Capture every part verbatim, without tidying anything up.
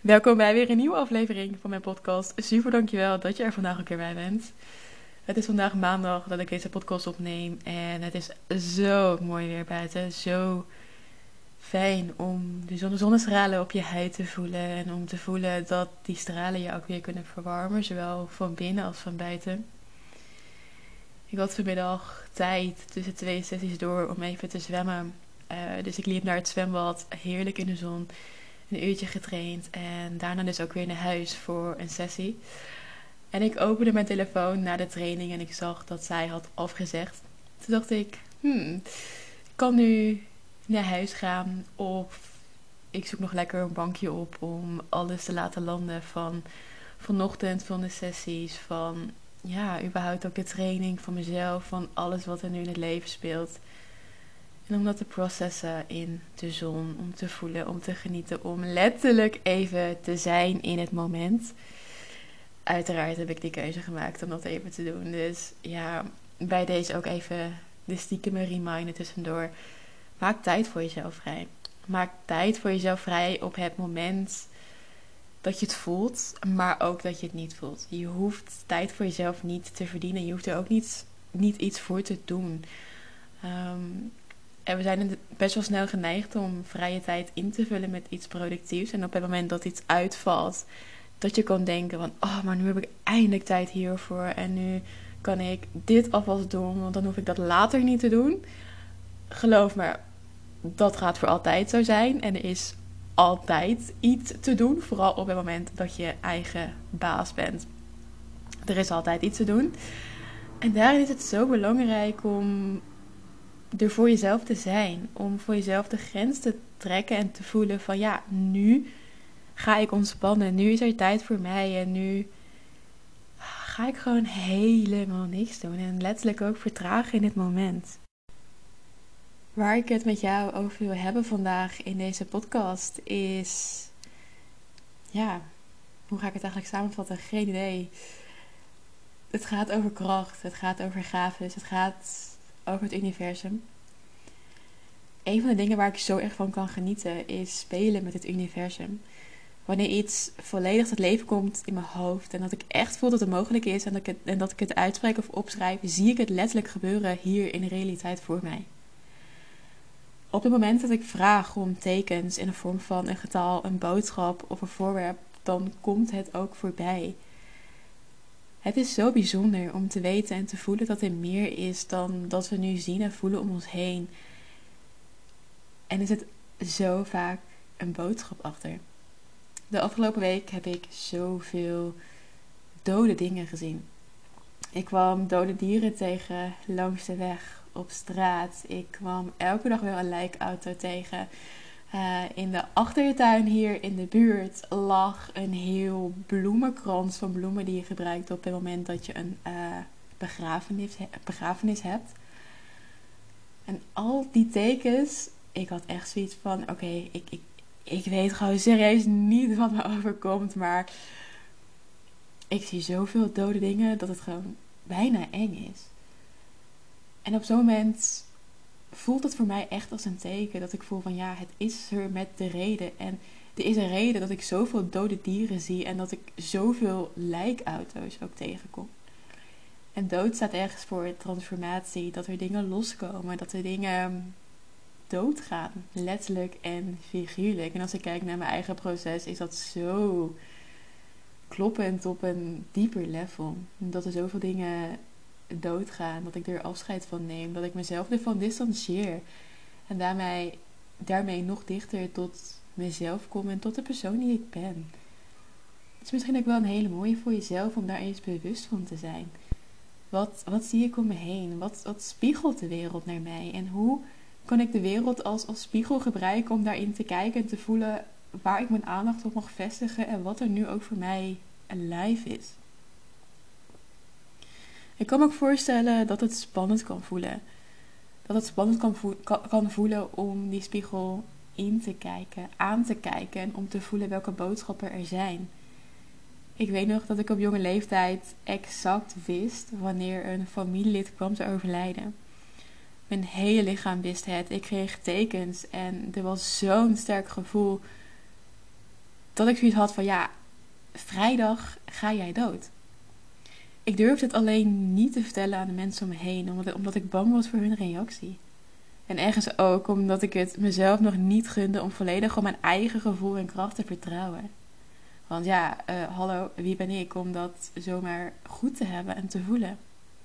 Welkom bij weer een nieuwe aflevering van mijn podcast. Super dankjewel dat je er vandaag ook weer bij bent. Het is vandaag maandag dat ik deze podcast opneem en het is zo mooi weer buiten. Zo fijn om de zon- zonnestralen op je huid te voelen en om te voelen dat die stralen je ook weer kunnen verwarmen, zowel van binnen als van buiten. Ik had vanmiddag tijd tussen twee sessies door om even te zwemmen. Uh, dus ik liep naar het zwembad, heerlijk in de zon. Een uurtje getraind en daarna dus ook weer naar huis voor een sessie. En ik opende mijn telefoon na de training en ik zag dat zij had afgezegd. Toen dacht ik, hmm, ik kan nu naar huis gaan of ik zoek nog lekker een bankje op om alles te laten landen van vanochtend, van de sessies, van ja, überhaupt ook de training van mezelf, van alles wat er nu in het leven speelt. En om dat te processen in de zon, om te voelen, om te genieten, om letterlijk even te zijn in het moment. Uiteraard heb ik die keuze gemaakt om dat even te doen. Dus ja, bij deze ook even de stiekeme reminder tussendoor. Maak tijd voor jezelf vrij. Maak tijd voor jezelf vrij op het moment dat je het voelt, maar ook dat je het niet voelt. Je hoeft tijd voor jezelf niet te verdienen. Je hoeft er ook niet, niet iets voor te doen. Um, En we zijn best wel snel geneigd om vrije tijd in te vullen met iets productiefs. En op het moment dat iets uitvalt, dat je kan denken van, oh, maar nu heb ik eindelijk tijd hiervoor. En nu kan ik dit alvast doen, want dan hoef ik dat later niet te doen. Geloof me, dat gaat voor altijd zo zijn. En er is altijd iets te doen, vooral op het moment dat je eigen baas bent. Er is altijd iets te doen. En daarin is het zo belangrijk om er voor jezelf te zijn. Om voor jezelf de grens te trekken en te voelen van ja, nu ga ik ontspannen. Nu is er tijd voor mij en nu ga ik gewoon helemaal niks doen. En letterlijk ook vertragen in het moment. Waar ik het met jou over wil hebben vandaag in deze podcast is... Ja, hoe ga ik het eigenlijk samenvatten? Geen idee. Het gaat over kracht. Het gaat over gaves. Het gaat over het universum. Een van de dingen waar ik zo erg van kan genieten is spelen met het universum. Wanneer iets volledig tot leven komt in mijn hoofd en dat ik echt voel dat het mogelijk is en dat ik het, en dat ik het uitspreek of opschrijf, zie ik het letterlijk gebeuren hier in de realiteit voor mij. Op het moment dat ik vraag om tekens in de vorm van een getal, een boodschap of een voorwerp, dan komt het ook voorbij. Het is zo bijzonder om te weten en te voelen dat er meer is dan dat we nu zien en voelen om ons heen. En er zit zo vaak een boodschap achter. De afgelopen week heb ik zoveel dode dingen gezien. Ik kwam dode dieren tegen langs de weg, op straat. Ik kwam elke dag weer een lijkauto tegen. Uh, in de achtertuin hier in de buurt lag een heel bloemenkrans van bloemen die je gebruikt op het moment dat je een uh, begrafenis, begrafenis hebt. En al die tekens, ik had echt zoiets van, oké, okay, ik, ik, ik weet gewoon serieus niet wat me overkomt, maar ik zie zoveel dode dingen dat het gewoon bijna eng is. En op zo'n moment voelt het voor mij echt als een teken dat ik voel van ja, het is er met de reden. En er is een reden dat ik zoveel dode dieren zie en dat ik zoveel lijkauto's ook tegenkom. En dood staat ergens voor transformatie, dat er dingen loskomen, dat er dingen doodgaan, letterlijk en figuurlijk. En als ik kijk naar mijn eigen proces, is dat zo kloppend op een dieper level. Dat er zoveel dingen doodgaan, dat ik er afscheid van neem, dat ik mezelf ervan distancieer. En daarmee, daarmee nog dichter tot mezelf kom en tot de persoon die ik ben. Het is misschien ook wel een hele mooie voor jezelf om daar eens bewust van te zijn. Wat, wat zie ik om me heen? Wat, wat spiegelt de wereld naar mij? En hoe kan ik de wereld als, als spiegel gebruiken om daarin te kijken en te voelen waar ik mijn aandacht op mag vestigen en wat er nu ook voor mij alive is. Ik kan me ook voorstellen dat het spannend kan voelen. Dat het spannend kan, vo- kan voelen om die spiegel in te kijken, aan te kijken en om te voelen welke boodschappen er zijn. Ik weet nog dat ik op jonge leeftijd exact wist wanneer een familielid kwam te overlijden. Mijn hele lichaam wist het. Ik kreeg tekens en er was zo'n sterk gevoel dat ik zoiets had van ja, vrijdag ga jij dood. Ik durfde het alleen niet te vertellen aan de mensen om me heen, omdat, omdat ik bang was voor hun reactie. En ergens ook omdat ik het mezelf nog niet gunde om volledig op mijn eigen gevoel en kracht te vertrouwen. Want ja, uh, hallo, wie ben ik om dat zomaar goed te hebben en te voelen?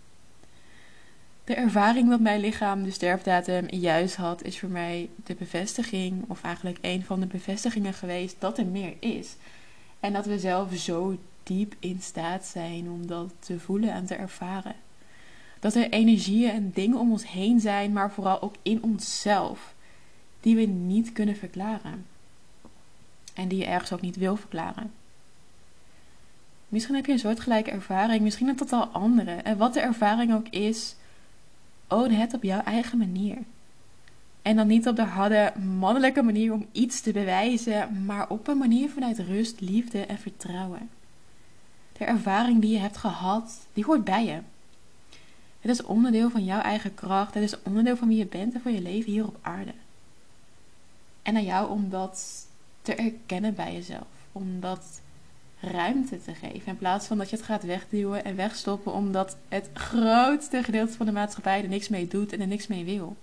De ervaring dat mijn lichaam de sterfdatum juist had, is voor mij de bevestiging, of eigenlijk een van de bevestigingen geweest, dat er meer is. En dat we zelf zo diep in staat zijn om dat te voelen en te ervaren. Dat er energieën en dingen om ons heen zijn, maar vooral ook in onszelf, die we niet kunnen verklaren. En die je ergens ook niet wil verklaren. Misschien heb je een soortgelijke ervaring, misschien een totaal andere. En wat de ervaring ook is, own het op jouw eigen manier. En dan niet op de harde, mannelijke manier om iets te bewijzen, maar op een manier vanuit rust, liefde en vertrouwen. De ervaring die je hebt gehad, die hoort bij je. Het is onderdeel van jouw eigen kracht, het is onderdeel van wie je bent en van je leven hier op aarde. En aan jou om dat te erkennen bij jezelf, om dat ruimte te geven, in plaats van dat je het gaat wegduwen en wegstoppen, omdat het grootste gedeelte van de maatschappij er niks mee doet en er niks mee wil.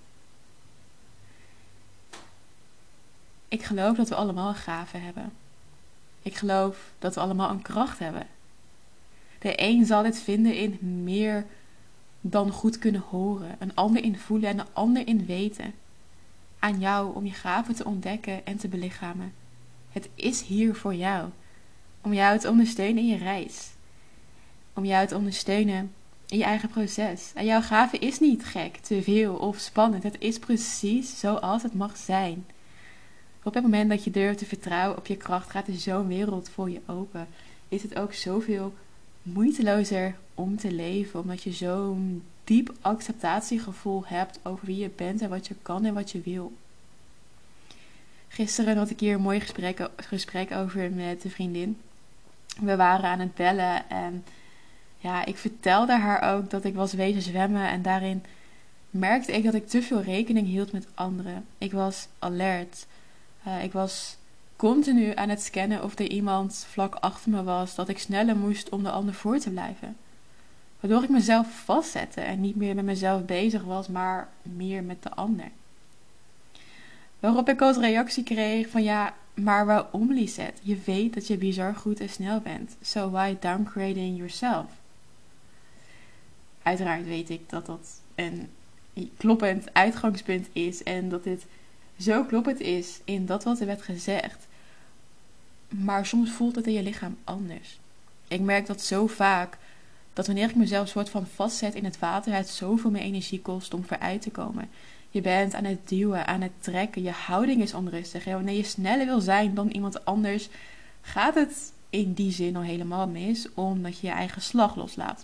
Ik geloof dat we allemaal een gave hebben. Ik geloof dat we allemaal een kracht hebben. De een zal dit vinden in meer dan goed kunnen horen, een ander in voelen en een ander in weten. Aan jou om je gaven te ontdekken en te belichamen. Het is hier voor jou. Om jou te ondersteunen in je reis. Om jou te ondersteunen in je eigen proces. En jouw gave is niet gek, te veel of spannend. Het is precies zoals het mag zijn. Op het moment dat je durft te vertrouwen op je kracht, gaat er zo'n wereld voor je open. Is het ook zoveel moeitelozer om te leven. Omdat je zo'n diep acceptatiegevoel hebt over wie je bent en wat je kan en wat je wil. Gisteren had ik hier een mooi gesprek, gesprek over met een vriendin. We waren aan het bellen en ja, ik vertelde haar ook dat ik was wezen zwemmen. En daarin merkte ik dat ik te veel rekening hield met anderen. Ik was alert. Uh, ik was continu aan het scannen of er iemand vlak achter me was, dat ik sneller moest om de ander voor te blijven. Waardoor ik mezelf vastzette en niet meer met mezelf bezig was, maar meer met de ander. Waarop ik als reactie kreeg van ja, maar waarom Lisette? Je weet dat je bizar goed en snel bent. So why downgrading yourself? Uiteraard weet ik dat dat een kloppend uitgangspunt is en dat dit zo kloppend is in dat wat er werd gezegd. Maar soms voelt het in je lichaam anders. Ik merk dat zo vaak, dat wanneer ik mezelf soort van vastzet in het water, het zoveel meer energie kost om vooruit te komen. Je bent aan het duwen, aan het trekken, je houding is onrustig. En wanneer je sneller wil zijn dan iemand anders, gaat het in die zin al helemaal mis, omdat je je eigen slag loslaat.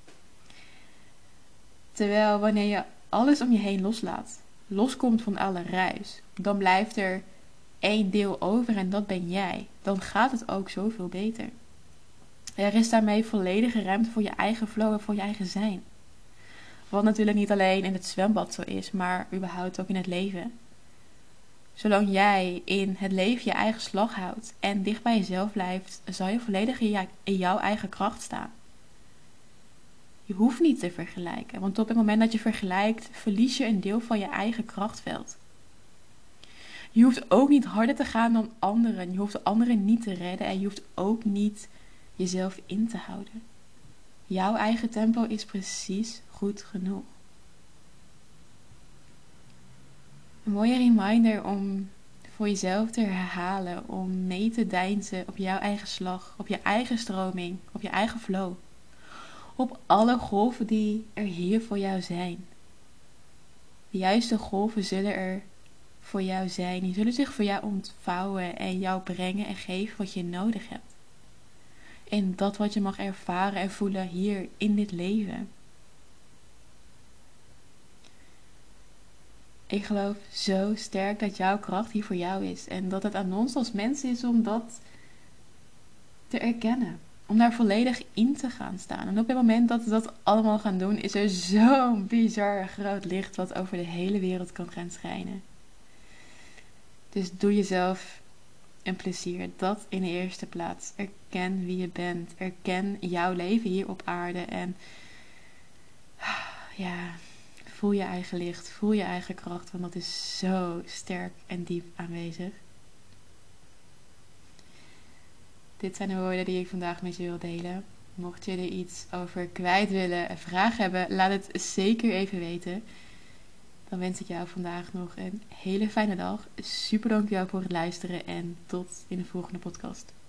Terwijl wanneer je alles om je heen loslaat, loskomt van alle ruis, dan blijft er één deel over en dat ben jij. Dan gaat het ook zoveel beter. Er is daarmee volledige ruimte voor je eigen flow en voor je eigen zijn. Wat natuurlijk niet alleen in het zwembad zo is, maar überhaupt ook in het leven. Zolang jij in het leven je eigen slag houdt en dicht bij jezelf blijft, zal je volledig in jouw eigen kracht staan. Je hoeft niet te vergelijken, want op het moment dat je vergelijkt, verlies je een deel van je eigen krachtveld. Je hoeft ook niet harder te gaan dan anderen. Je hoeft de anderen niet te redden en je hoeft ook niet jezelf in te houden. Jouw eigen tempo is precies goed genoeg. Een mooie reminder om voor jezelf te herhalen, om mee te deinzen op jouw eigen slag, op je eigen stroming, op je eigen flow. Op alle golven die er hier voor jou zijn. De juiste golven zullen er voor jou zijn. Die zullen zich voor jou ontvouwen en jou brengen en geven wat je nodig hebt. En dat wat je mag ervaren en voelen hier in dit leven. Ik geloof zo sterk dat jouw kracht hier voor jou is. En dat het aan ons als mensen is om dat te erkennen. Om daar volledig in te gaan staan. En op het moment dat we dat allemaal gaan doen, is er zo'n bizar groot licht wat over de hele wereld kan gaan schijnen. Dus doe jezelf en plezier. Dat in de eerste plaats. Erken wie je bent. Erken jouw leven hier op aarde. En ja, voel je eigen licht. Voel je eigen kracht. Want dat is zo sterk en diep aanwezig. Dit zijn de woorden die ik vandaag met je wil delen. Mocht je er iets over kwijt willen en vragen hebben, laat het zeker even weten. Dan wens ik jou vandaag nog een hele fijne dag. Super dankjewel voor het luisteren en tot in de volgende podcast.